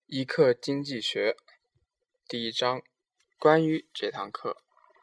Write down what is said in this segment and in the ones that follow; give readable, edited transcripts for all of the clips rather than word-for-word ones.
一课经济学第一章，关于这堂课。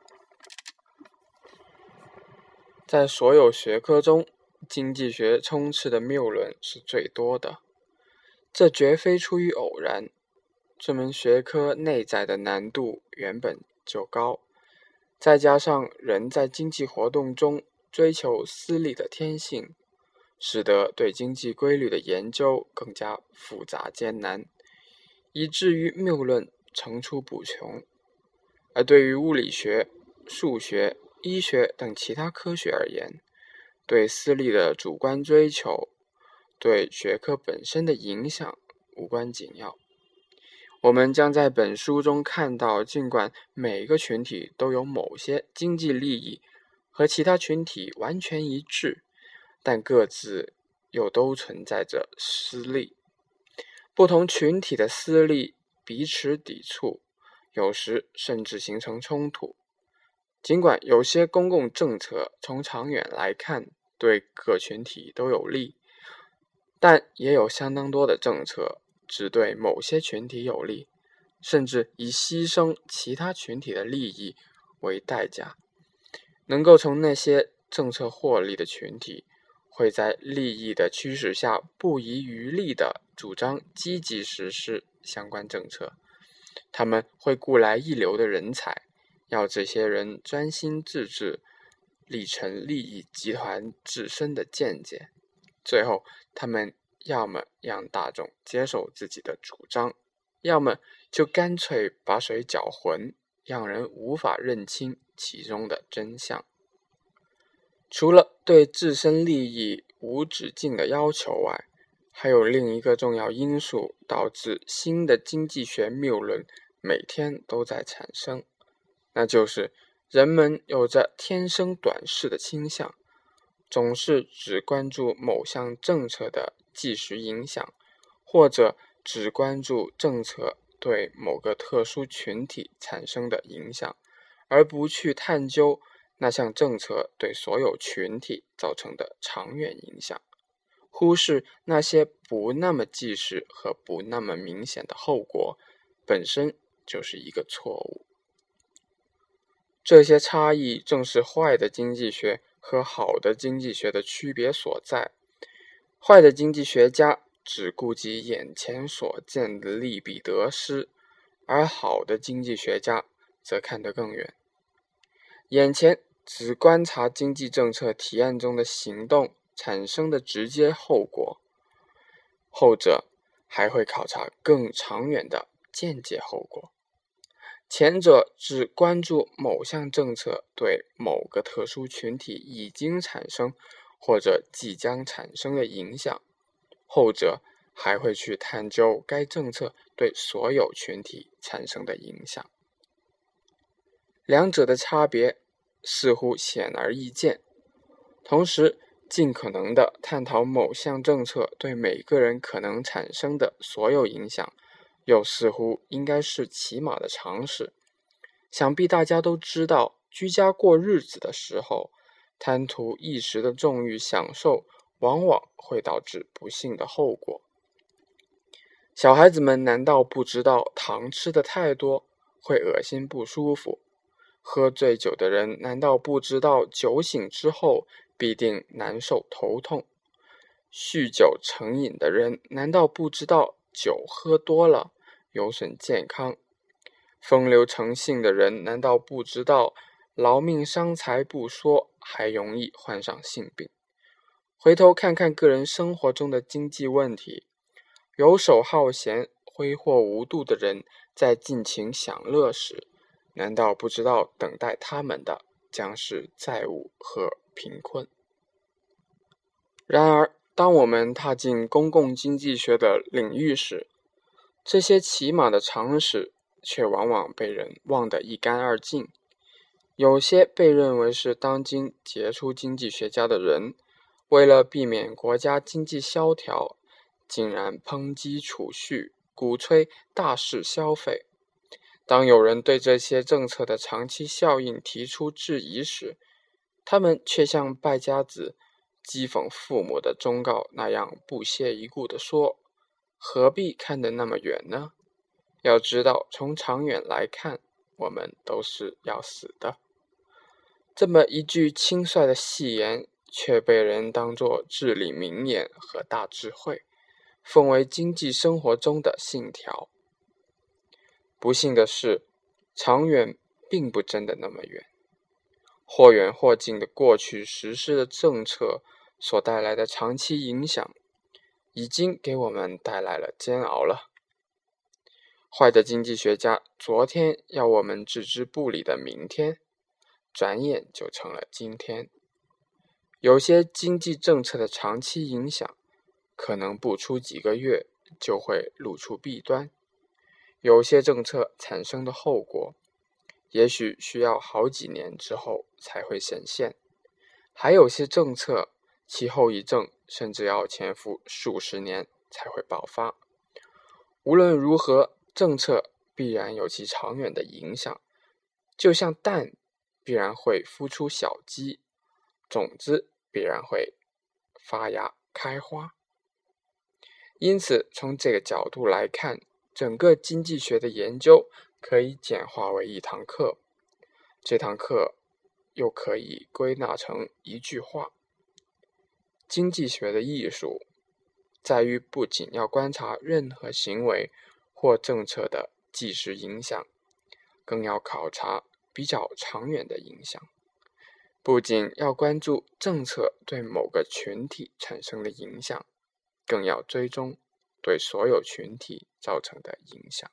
在所有学科中，经济学充斥的谬论是最多的，这绝非出于偶然。这门学科内在的难度原本就高，再加上人在经济活动中追求私利的天性，使得对经济规律的研究更加复杂艰难，以至于谬论层出不穷。而对于物理学、数学、医学等其他科学而言，对私利的主观追求对学科本身的影响无关紧要。我们将在本书中看到，尽管每个群体都有某些经济利益和其他群体完全一致，但各自又都存在着私利。不同群体的私利彼此抵触，有时甚至形成冲突。尽管有些公共政策从长远来看对各群体都有利，但也有相当多的政策只对某些群体有利，甚至以牺牲其他群体的利益为代价。能够从那些政策获利的群体，会在利益的驱使下不遗余力地主张积极实施相关政策。他们会雇来一流的人才，要这些人专心致志，力陈利益集团自身的见解。最后，他们要么让大众接受自己的主张，要么就干脆把水搅浑，让人无法认清其中的真相。除了对自身利益无止境的要求外，还有另一个重要因素导致新的经济学谬论每天都在产生，那就是人们有着天生短视的倾向，总是只关注某项政策的即时影响，或者只关注政策对某个特殊群体产生的影响，而不去探究那项政策对所有群体造成的长远影响，忽视那些不那么即时和不那么明显的后果，本身就是一个错误。这些差异正是坏的经济学和好的经济学的区别所在。坏的经济学家只顾及眼前所见的利弊得失，而好的经济学家则看得更远，眼前只观察经济政策提案中的行动产生的直接后果，后者还会考察更长远的间接后果。前者只关注某项政策对某个特殊群体已经产生或者即将产生的影响，后者还会去探究该政策对所有群体产生的影响。两者的差别似乎显而易见，同时尽可能地探讨某项政策对每个人可能产生的所有影响，又似乎应该是起码的常识。想必大家都知道，居家过日子的时候，贪图一时的纵欲享受，往往会导致不幸的后果。小孩子们难道不知道糖吃的太多会恶心不舒服？喝醉酒的人难道不知道酒醒之后必定难受头痛？酗酒成瘾的人难道不知道酒喝多了有损健康？风流成性的人难道不知道劳命伤财不说，还容易患上性病？回头看看个人生活中的经济问题，游手好闲、挥霍无度的人在尽情享乐时，难道不知道等待他们的将是债务和贫困？然而，当我们踏进公共经济学的领域时，这些起码的常识却往往被人忘得一干二净。有些被认为是当今杰出经济学家的人，为了避免国家经济萧条，竟然抨击储蓄，鼓吹大肆消费。当有人对这些政策的长期效应提出质疑时，他们却像败家子讥讽父母的忠告那样不屑一顾地说： 何必看得那么远呢？要知道，从长远来看，我们都是要死的。这么一句轻率的戏言，却被人当作至理名言和大智慧，奉为经济生活中的信条。不幸的是，长远并不真的那么远。或远或近的过去实施的政策所带来的长期影响，已经给我们带来了煎熬了。坏的经济学家昨天要我们置之不理的明天，转眼就成了今天。有些经济政策的长期影响，可能不出几个月就会露出弊端；有些政策产生的后果，也许需要好几年之后才会显现；还有些政策其后遗症甚至要潜伏数十年才会爆发。无论如何，政策必然有其长远的影响，就像蛋必然会孵出小鸡，种子必然会发芽开花。因此，从这个角度来看，整个经济学的研究可以简化为一堂课，这堂课又可以归纳成一句话：经济学的艺术在于不仅要观察任何行为或政策的即时影响，更要考察比较长远的影响。不仅要关注政策对某个群体产生的影响，更要追踪对所有群体造成的影响。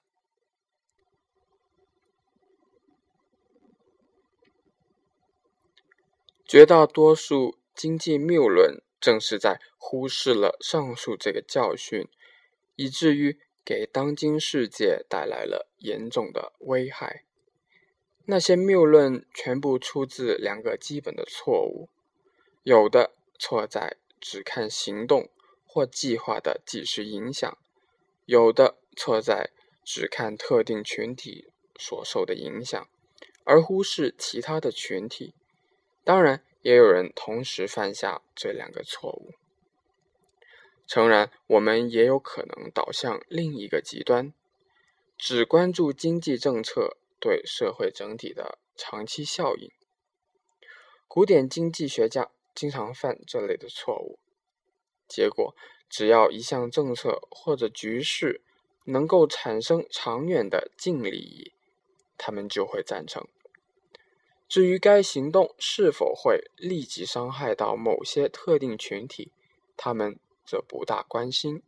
绝大多数经济谬论正是在忽视了上述这个教训，以至于给当今世界带来了严重的危害。那些谬论全部出自两个基本的错误，有的错在只看行动或计划的即时影响，有的错在只看特定群体所受的影响，而忽视其他的群体。当然，也有人同时犯下这两个错误。诚然，我们也有可能导向另一个极端，只关注经济政策对社会整体的长期效应。古典经济学家经常犯这类的错误，结果只要一项政策或者局势能够产生长远的净利益，他们就会赞成。至于该行动是否会立即伤害到某些特定群体，他们则不大关心。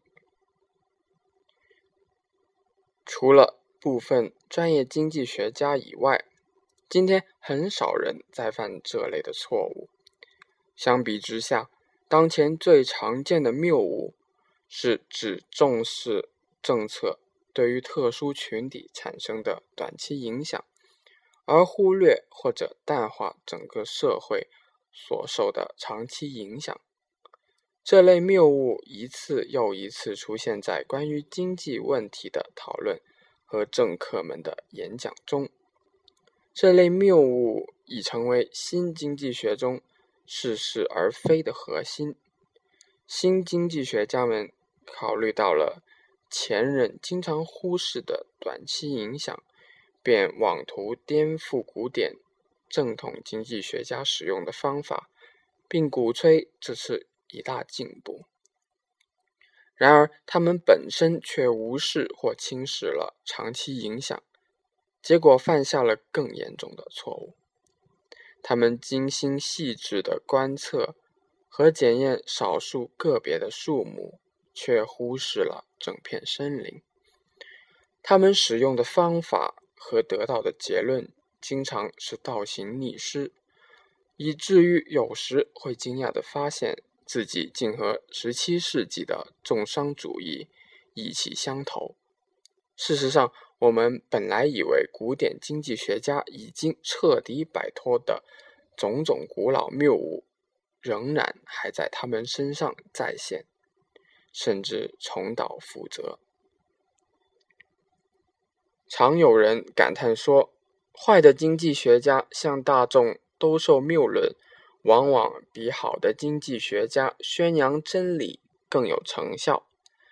除了部分专业经济学家以外，今天很少人在犯这类的错误。相比之下，当前最常见的谬误是只重视政策对于特殊群体产生的短期影响，而忽略或者淡化整个社会所受的长期影响。这类谬误一次又一次出现在关于经济问题的讨论和政客们的演讲中。这类谬误已成为新经济学中似是而非的核心。新经济学家们考虑到了前人经常忽视的短期影响，便妄图颠覆古典正统经济学家使用的方法，并鼓吹这是一大进步。然而，他们本身却无视或轻视了长期影响，结果犯下了更严重的错误。他们精心细致地观测和检验少数个别的树木，却忽视了整片森林。他们使用的方法和得到的结论经常是倒行逆施，以至于有时会惊讶地发现自己竟和17世纪的重商主义意气相投。事实上，我们本来以为古典经济学家已经彻底摆脱的种种古老谬误，仍然还在他们身上再现，甚至重蹈覆辙。常有人感叹说，坏的经济学家向大众兜售谬论，往往比好的经济学家宣扬真理更有成效。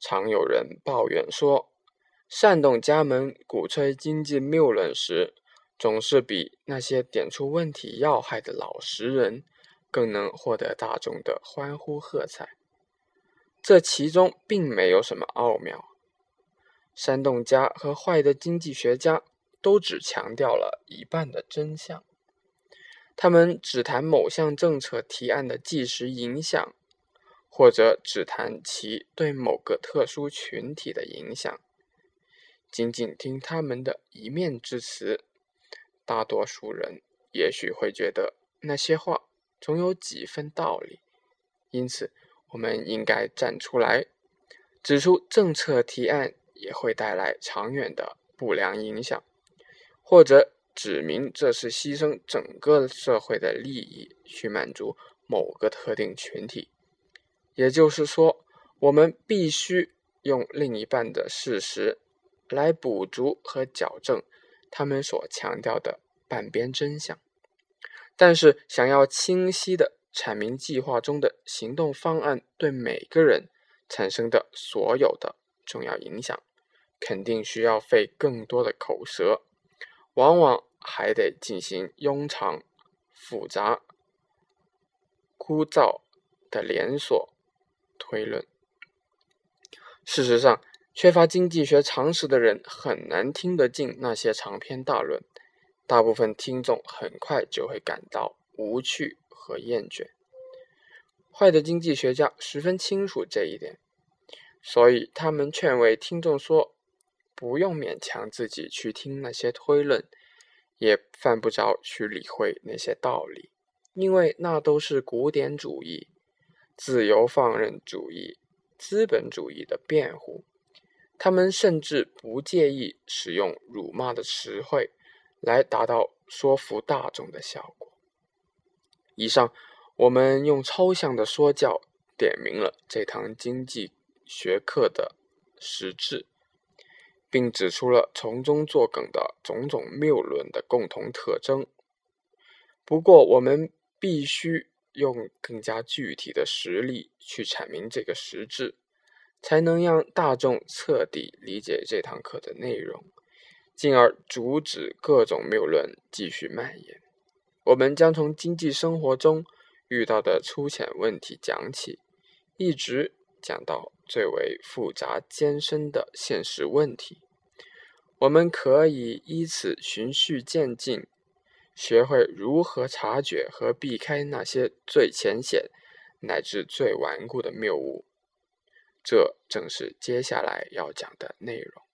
常有人抱怨说，煽动家们鼓吹经济谬论时，总是比那些点出问题要害的老实人更能获得大众的欢呼喝彩。这其中并没有什么奥妙。煽动家和坏的经济学家都只强调了一半的真相，他们只谈某项政策提案的即时影响，或者只谈其对某个特殊群体的影响。仅仅听他们的一面之词，大多数人也许会觉得那些话总有几分道理，因此我们应该站出来，指出政策提案也会带来长远的不良影响，或者指明这是牺牲整个社会的利益去满足某个特定群体。也就是说，我们必须用另一半的事实来补足和矫正他们所强调的半边真相。但是想要清晰地阐明计划中的行动方案对每个人产生的所有的重要影响，肯定需要费更多的口舌，往往还得进行庸长、复杂、枯燥的连锁推论。事实上，缺乏经济学常识的人很难听得进那些长篇大论，大部分听众很快就会感到无趣和厌倦。坏的经济学家十分清楚这一点，所以他们劝慰听众说，不用勉强自己去听那些推论，也犯不着去理会那些道理，因为那都是古典主义、自由放任主义、资本主义的辩护。他们甚至不介意使用辱骂的词汇来达到说服大众的效果。以上我们用抽象的说教点明了这堂经济学课的实质，并指出了从中作梗的种种谬论的共同特征。不过我们必须用更加具体的实例去阐明这个实质，才能让大众彻底理解这堂课的内容，进而阻止各种谬论继续蔓延。我们将从经济生活中遇到的粗浅问题讲起，一直讲到最为复杂艰深的现实问题。我们可以依此循序渐进，学会如何察觉和避开那些最浅显乃至最顽固的谬误。这正是接下来要讲的内容。